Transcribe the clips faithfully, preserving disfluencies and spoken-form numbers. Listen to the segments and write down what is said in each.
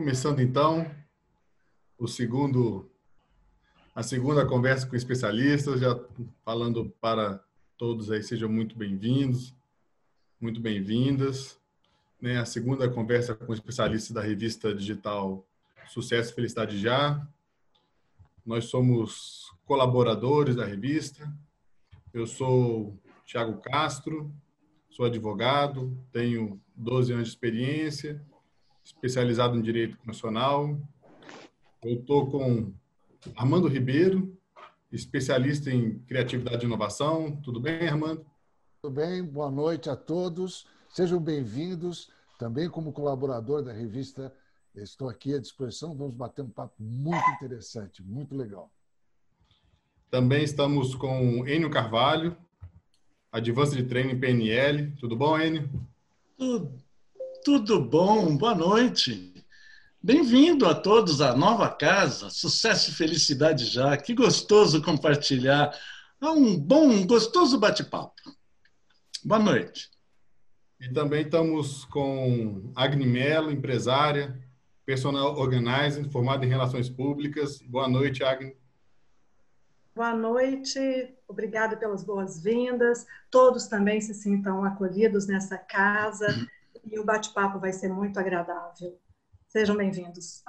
Começando então o segundo, a segunda conversa com especialistas, já falando para todos aí, sejam muito bem-vindos, muito bem-vindas, né? A segunda conversa com especialistas da revista digital Sucesso e Felicidade Já. Nós somos colaboradores da revista. Eu sou Thiago Castro, sou advogado, tenho doze anos de experiência, especializado em Direito Constitucional. Eu estou com Armando Ribeiro, especialista em criatividade e inovação. Tudo bem, Armando? Tudo bem, boa noite a todos. Sejam bem-vindos. Também como colaborador da revista, estou aqui à disposição. Vamos bater um papo muito interessante, muito legal. Também estamos com Enio Carvalho, Advanced Training P N L. Tudo bom, Enio? Tudo, tudo bom, boa noite. Bem-vindo a todos à nova casa, sucesso e felicidade já. Que gostoso compartilhar um bom, um gostoso bate-papo. Boa noite. E também estamos com Agni Mello, empresária, personal organizer, formada em relações públicas. Boa noite, Agni. Boa noite, obrigada pelas boas-vindas. Todos também se sintam acolhidos nessa casa e o bate-papo vai ser muito agradável. Sejam bem-vindos.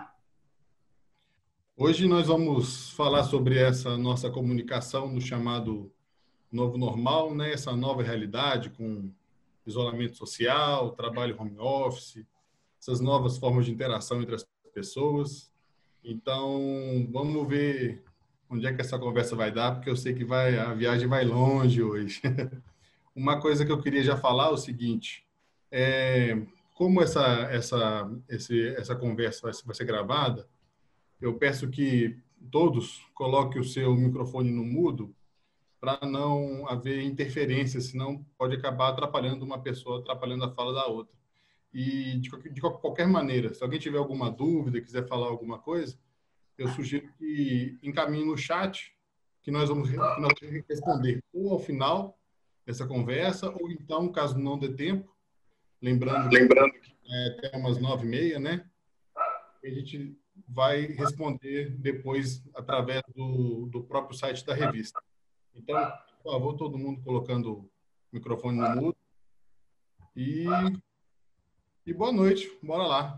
Hoje nós vamos falar sobre essa nossa comunicação no chamado novo normal, né? Essa nova realidade com isolamento social, trabalho home office, essas novas formas de interação entre as pessoas. Então, vamos ver onde é que essa conversa vai dar, porque eu sei que vai, a viagem vai longe hoje. Uma coisa que eu queria já falar é o seguinte, é, como essa, essa, esse, essa conversa vai ser, vai ser gravada, eu peço que todos coloquem o seu microfone no mudo para não haver interferência, senão pode acabar atrapalhando uma pessoa, atrapalhando a fala da outra. E, de, de qualquer maneira, se alguém tiver alguma dúvida, quiser falar alguma coisa, eu sugiro que encaminhe no chat, que nós vamos, que nós vamos responder ou ao final dessa conversa, ou então, caso não dê tempo, lembrando, lembrando que é até umas nove e meia, né? A gente vai responder depois através do, do próprio site da revista. Então, por favor, todo mundo colocando o microfone no mudo. E, e boa noite. Bora lá.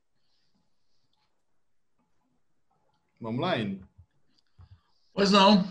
Vamos lá, Enio. Pois não.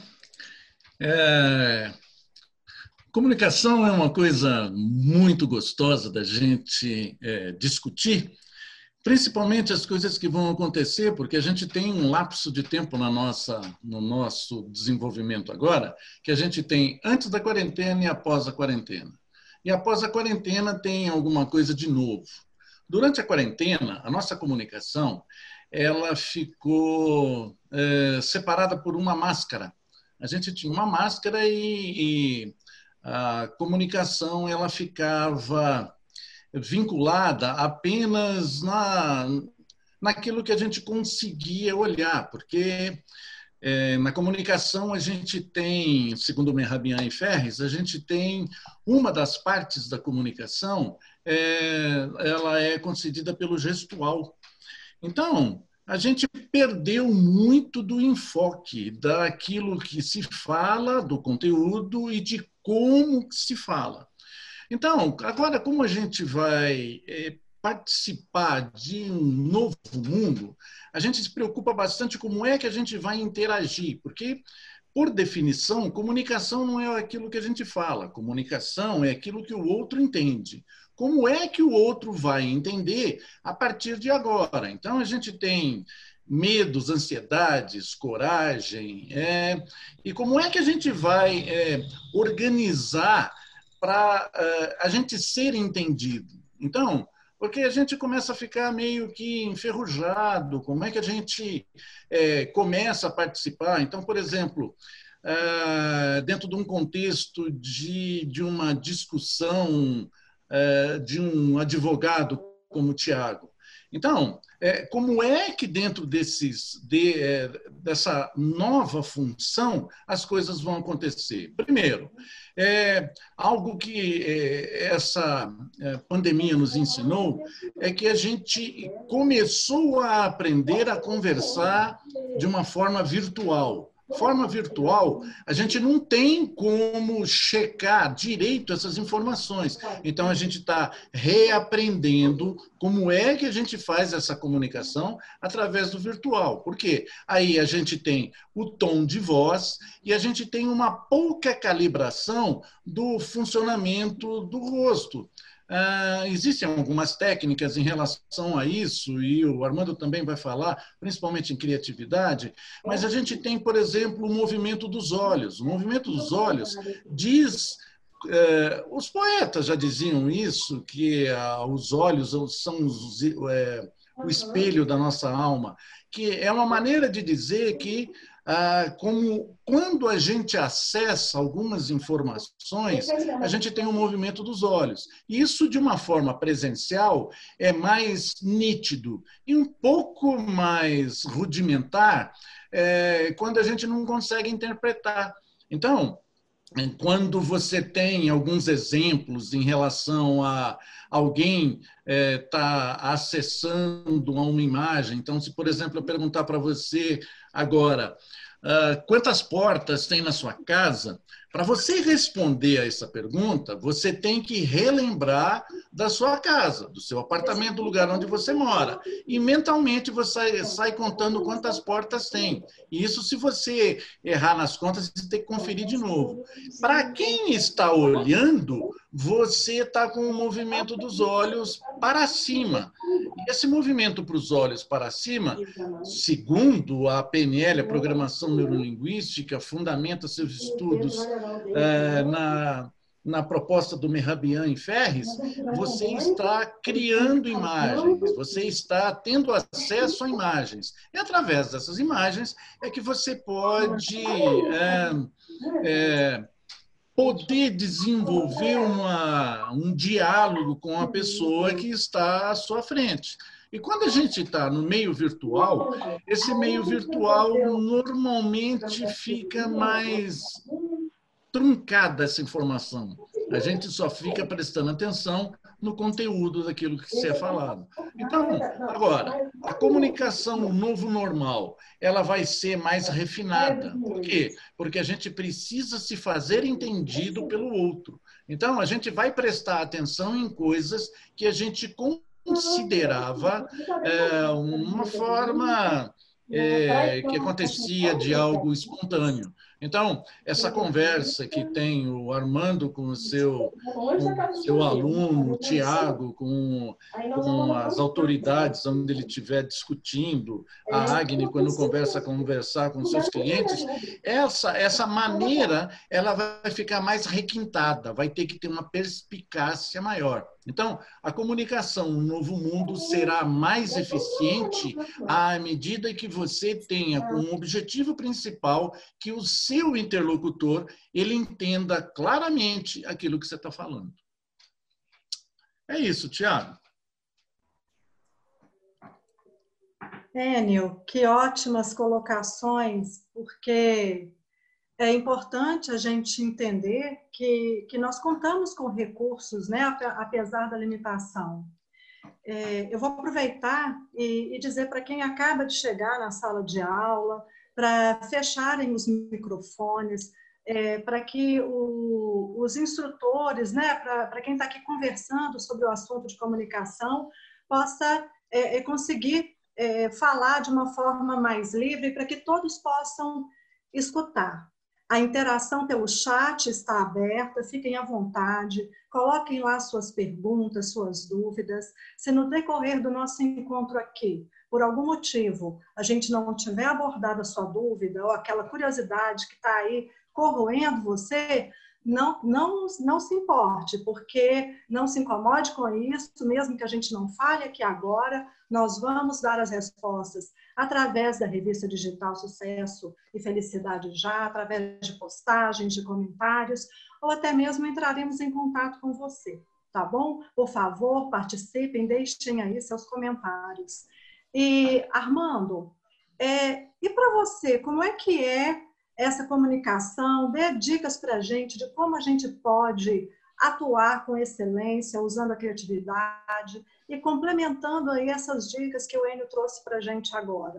É... Comunicação é uma coisa muito gostosa da gente é, discutir, principalmente as coisas que vão acontecer, porque a gente tem um lapso de tempo na nossa, no nosso desenvolvimento agora, que a gente tem antes da quarentena e após a quarentena. E após a quarentena tem alguma coisa de novo. Durante a quarentena, a nossa comunicação ela ficou é, separada por uma máscara. A gente tinha uma máscara e, e a comunicação ela ficava vinculada apenas na, naquilo que a gente conseguia olhar, porque é, na comunicação a gente tem, segundo Mehrabian e Ferris, a gente tem uma das partes da comunicação, é, ela é concedida pelo gestual. Então, a gente perdeu muito do enfoque daquilo que se fala, do conteúdo e de como se fala. Então, agora, como a gente vai é, participar de um novo mundo, a gente se preocupa bastante como é que a gente vai interagir, porque, por definição, comunicação não é aquilo que a gente fala, comunicação é aquilo que o outro entende. Como é que o outro vai entender a partir de agora? Então, a gente tem medos, ansiedades, coragem, é, e como é que a gente vai é, organizar para uh, a gente ser entendido. Então, porque a gente começa a ficar meio que enferrujado, como é que a gente é, começa a participar? Então, por exemplo, uh, dentro de um contexto de, de uma discussão uh, de um advogado como o Tiago. Então, é, como é que dentro desses, de, é, dessa nova função, as coisas vão acontecer. Primeiro, é, algo que é, essa é, pandemia nos ensinou é que a gente começou a aprender a conversar de uma forma virtual. Forma virtual, a gente não tem como checar direito essas informações. Então, a gente está reaprendendo como é que a gente faz essa comunicação através do virtual. Por quê? Aí a gente tem o tom de voz e a gente tem uma pouca calibração do funcionamento do rosto. Uh, existem algumas técnicas em relação a isso, e o Armando também vai falar, principalmente em criatividade, mas a gente tem, por exemplo, o movimento dos olhos. O movimento dos olhos diz... Uh, os poetas já diziam isso, que uh, os olhos são os, uh, o espelho da nossa alma, que é uma maneira de dizer que Ah, como quando a gente acessa algumas informações, a gente tem um movimento dos olhos. Isso, de uma forma presencial, é mais nítido e um pouco mais rudimentar é, quando a gente não consegue interpretar. Então, quando você tem alguns exemplos em relação a alguém estar é, acessando a uma imagem, então, se, por exemplo, eu perguntar para você agora, uh, quantas portas tem na sua casa? Para você responder a essa pergunta, você tem que relembrar da sua casa, do seu apartamento, do lugar onde você mora. E mentalmente você sai contando quantas portas tem. E isso, se você errar nas contas, você tem que conferir de novo. Para quem está olhando, você está com o movimento dos olhos para cima. E esse movimento para os olhos para cima, segundo a P N L, a Programação Neurolinguística, fundamenta seus estudos é, na, na proposta do Mehrabian e Ferris, você está criando imagens, você está tendo acesso a imagens. E através dessas imagens é que você pode é, é, poder desenvolver uma, um diálogo com a pessoa que está à sua frente. E quando a gente está no meio virtual, esse meio virtual normalmente fica mais truncada essa informação. A gente só fica prestando atenção no conteúdo daquilo que se é falado. Então, agora, a comunicação no novo normal, ela vai ser mais refinada. Por quê? Porque a gente precisa se fazer entendido pelo outro. Então, a gente vai prestar atenção em coisas que a gente considerava é, uma forma é, que acontecia de algo espontâneo. Então, essa conversa que tem o Armando com o seu, com o seu aluno, o Tiago, com, com as autoridades onde ele estiver discutindo, a Agni, quando conversa, conversar com seus clientes, essa, essa maneira ela vai ficar mais requintada, vai ter que ter uma perspicácia maior. Então, a comunicação no novo mundo será mais eficiente à medida que você tenha como objetivo principal que o seu interlocutor ele entenda claramente aquilo que você está falando. É isso, Tiago. Enio, que ótimas colocações, porque é importante a gente entender que, que nós contamos com recursos, né, apesar da limitação. É, eu vou aproveitar e, e dizer para quem acaba de chegar na sala de aula, para fecharem os microfones, é, para que o, os instrutores, né, para quem está aqui conversando sobre o assunto de comunicação, possa é, conseguir é, falar de uma forma mais livre, para que todos possam escutar. A interação pelo chat está aberta, fiquem à vontade, coloquem lá suas perguntas, suas dúvidas. Se no decorrer do nosso encontro aqui, por algum motivo, a gente não tiver abordado a sua dúvida ou aquela curiosidade que está aí corroendo você, não, não, não se importe, porque não se incomode com isso, mesmo que a gente não fale aqui agora, nós vamos dar as respostas através da revista digital Sucesso e Felicidade Já, através de postagens, de comentários, ou até mesmo entraremos em contato com você, tá bom? Por favor, participem, deixem aí seus comentários. E, Armando, é, e para você, como é que é essa comunicação? Dê dicas para a gente de como a gente pode atuar com excelência, usando a criatividade e complementando aí essas dicas que o Enio trouxe para a gente agora.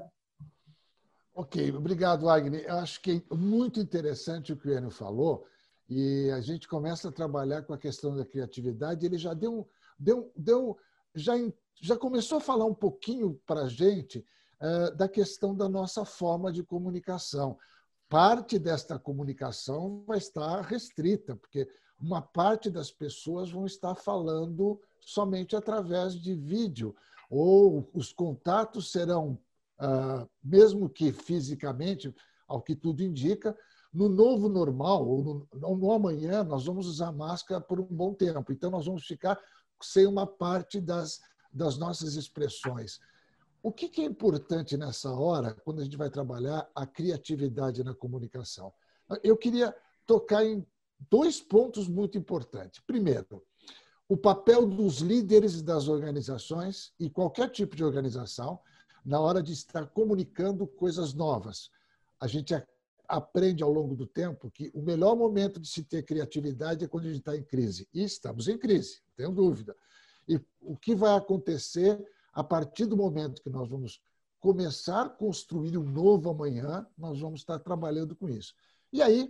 Ok, obrigado, Agni. Eu acho que é muito interessante o que o Enio falou, e a gente começa a trabalhar com a questão da criatividade. Ele já deu, deu, deu já, já começou a falar um pouquinho para a gente uh, da questão da nossa forma de comunicação. Parte desta comunicação vai estar restrita, porque uma parte das pessoas vão estar falando somente através de vídeo, ou os contatos serão, uh, mesmo que fisicamente, ao que tudo indica, no novo normal, ou no, no amanhã, nós vamos usar máscara por um bom tempo. Então, nós vamos ficar sem uma parte das, das nossas expressões. O que é importante nessa hora, quando a gente vai trabalhar a criatividade na comunicação? Eu queria tocar em dois pontos muito importantes. Primeiro, o papel dos líderes das organizações e qualquer tipo de organização na hora de estar comunicando coisas novas. A gente aprende ao longo do tempo que o melhor momento de se ter criatividade é quando a gente está em crise. E estamos em crise, não tenho dúvida. E o que vai acontecer a partir do momento que nós vamos começar a construir um novo amanhã, nós vamos estar trabalhando com isso. E aí,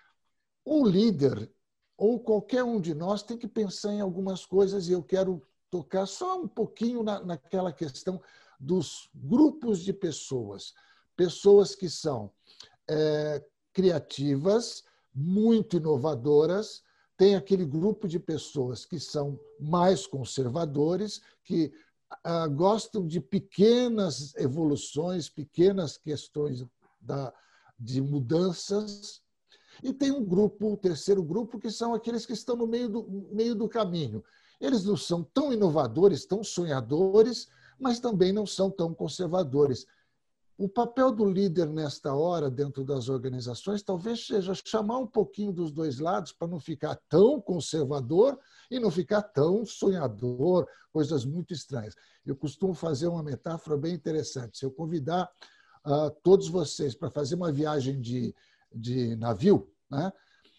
o líder ou qualquer um de nós tem que pensar em algumas coisas, e eu quero tocar só um pouquinho na, naquela questão dos grupos de pessoas. Pessoas que são é, criativas, muito inovadoras. Tem aquele grupo de pessoas que são mais conservadores, que ah, gostam de pequenas evoluções, pequenas questões da, de mudanças. E tem um grupo, o terceiro grupo, que são aqueles que estão no meio do, meio do caminho. Eles não são tão inovadores, tão sonhadores, mas também não são tão conservadores. O papel do líder nesta hora, dentro das organizações, talvez seja chamar um pouquinho dos dois lados para não ficar tão conservador e não ficar tão sonhador, coisas muito estranhas. Eu costumo fazer uma metáfora bem interessante. Se eu convidar uh, todos vocês para fazer uma viagem de, de navio, né?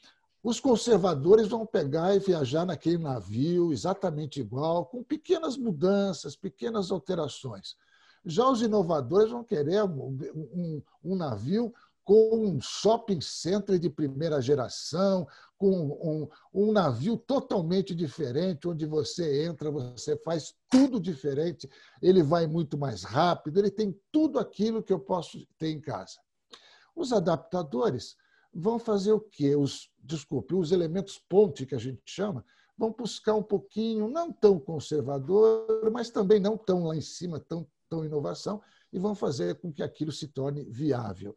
Os conservadores vão pegar e viajar naquele navio exatamente igual, com pequenas mudanças, pequenas alterações. Já os inovadores vão querer um, um, um navio com um shopping center de primeira geração, com um, um navio totalmente diferente, onde você entra, você faz tudo diferente, ele vai muito mais rápido, ele tem tudo aquilo que eu posso ter em casa. Os adaptadores vão fazer o quê? Os, desculpe, os elementos ponte, que a gente chama, vão buscar um pouquinho, não tão conservador, mas também não tão lá em cima, tão, tão inovação, e vão fazer com que aquilo se torne viável.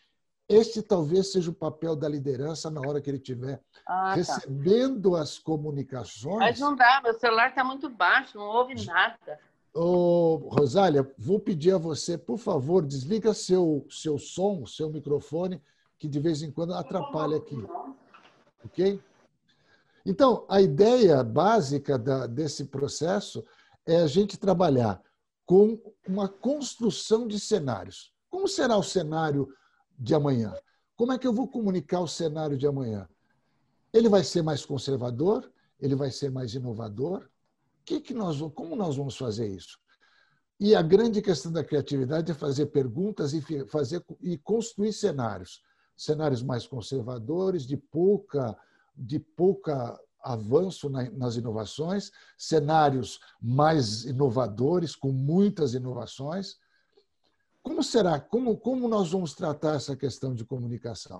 Este talvez seja o papel da liderança na hora que ele estiver ah, recebendo tá. as comunicações. Mas não dá, meu celular está muito baixo, não ouve nada. Ô, Rosália, vou pedir a você, por favor, desliga seu, seu som, seu microfone, que de vez em quando atrapalha aqui. Ok? Então, a ideia básica da, desse processo é a gente trabalhar com uma construção de cenários. Como será o cenário de amanhã? Como é que eu vou comunicar o cenário de amanhã? Ele vai ser mais conservador? Ele vai ser mais inovador? Que que nós, como nós vamos fazer isso? E a grande questão da criatividade é fazer perguntas e, fazer, e construir cenários. Cenários mais conservadores, de pouca, de pouca avanço nas inovações, cenários mais inovadores, com muitas inovações. Como será? Como, como nós vamos tratar essa questão de comunicação?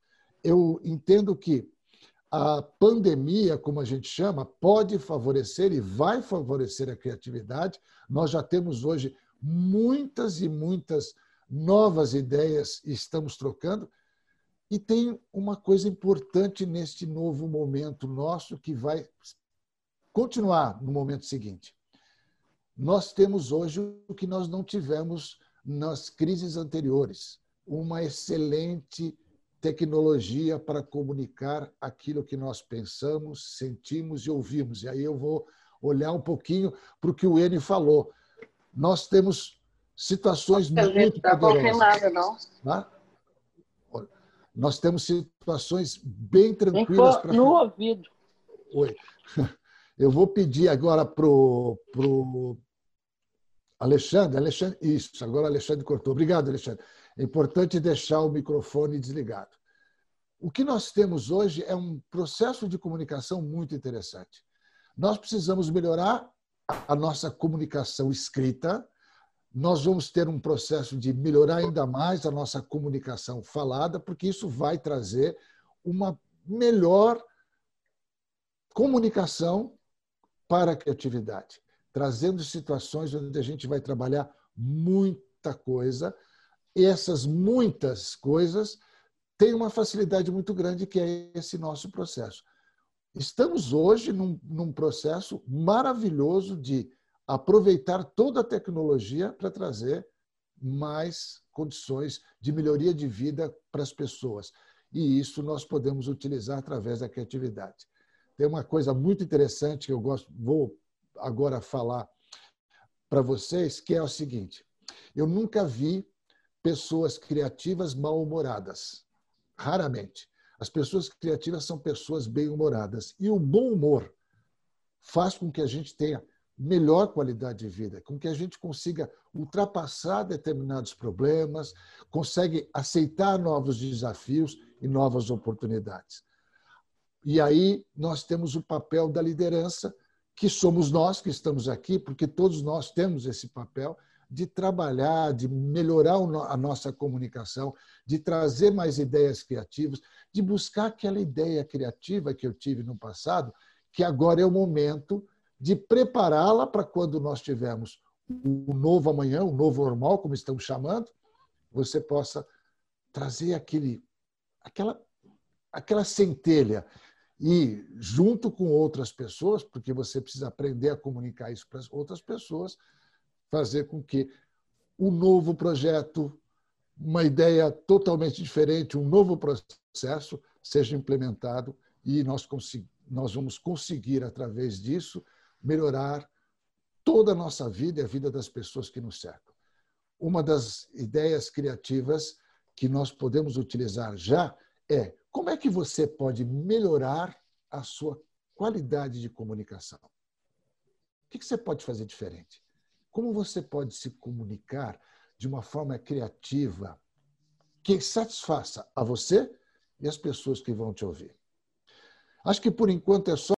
Eu entendo que a pandemia, como a gente chama, pode favorecer e vai favorecer a criatividade. Nós já temos hoje muitas e muitas novas ideias e estamos trocando. E tem uma coisa importante neste novo momento nosso que vai continuar no momento seguinte. Nós temos hoje o que nós não tivemos nas crises anteriores, uma excelente tecnologia para comunicar aquilo que nós pensamos, sentimos e ouvimos. E aí eu vou olhar um pouquinho para o que o Enio falou. Nós temos situações A gente muito está poderosas. confirmada, não? Tá? Nós temos situações bem Nem tranquilas for para... no ouvido. Oi. Eu vou pedir agora para o pro Alexandre. Alexandre. Isso, agora o Alexandre cortou. Obrigado, Alexandre. É importante deixar o microfone desligado. O que nós temos hoje é um processo de comunicação muito interessante. Nós precisamos melhorar a nossa comunicação escrita. Nós vamos ter um processo de melhorar ainda mais a nossa comunicação falada, porque isso vai trazer uma melhor comunicação para a criatividade, trazendo situações onde a gente vai trabalhar muita coisa, e essas muitas coisas têm uma facilidade muito grande, que é esse nosso processo. Estamos hoje num, num processo maravilhoso de aproveitar toda a tecnologia para trazer mais condições de melhoria de vida para as pessoas. E isso nós podemos utilizar através da criatividade. Tem uma coisa muito interessante que eu gosto, vou agora falar para vocês, que é o seguinte: eu nunca vi pessoas criativas mal-humoradas. Raramente. As pessoas criativas são pessoas bem-humoradas. E o bom humor faz com que a gente tenha melhor qualidade de vida, com que a gente consiga ultrapassar determinados problemas, consegue aceitar novos desafios e novas oportunidades. E aí nós temos o papel da liderança, que somos nós que estamos aqui, porque todos nós temos esse papel de trabalhar, de melhorar a nossa comunicação, de trazer mais ideias criativas, de buscar aquela ideia criativa que eu tive no passado, que agora é o momento de prepará-la para quando nós tivermos o novo amanhã, o novo normal, como estamos chamando, você possa trazer aquele, aquela, aquela centelha e, junto com outras pessoas, porque você precisa aprender a comunicar isso para as outras pessoas, fazer com que um novo projeto, uma ideia totalmente diferente, um novo processo seja implementado e nós, nós vamos conseguir, através disso, melhorar toda a nossa vida e a vida das pessoas que nos cercam. Uma das ideias criativas que nós podemos utilizar já é: como é que você pode melhorar a sua qualidade de comunicação? O que você pode fazer diferente? Como você pode se comunicar de uma forma criativa que satisfaça a você e as pessoas que vão te ouvir? Acho que, por enquanto, é só.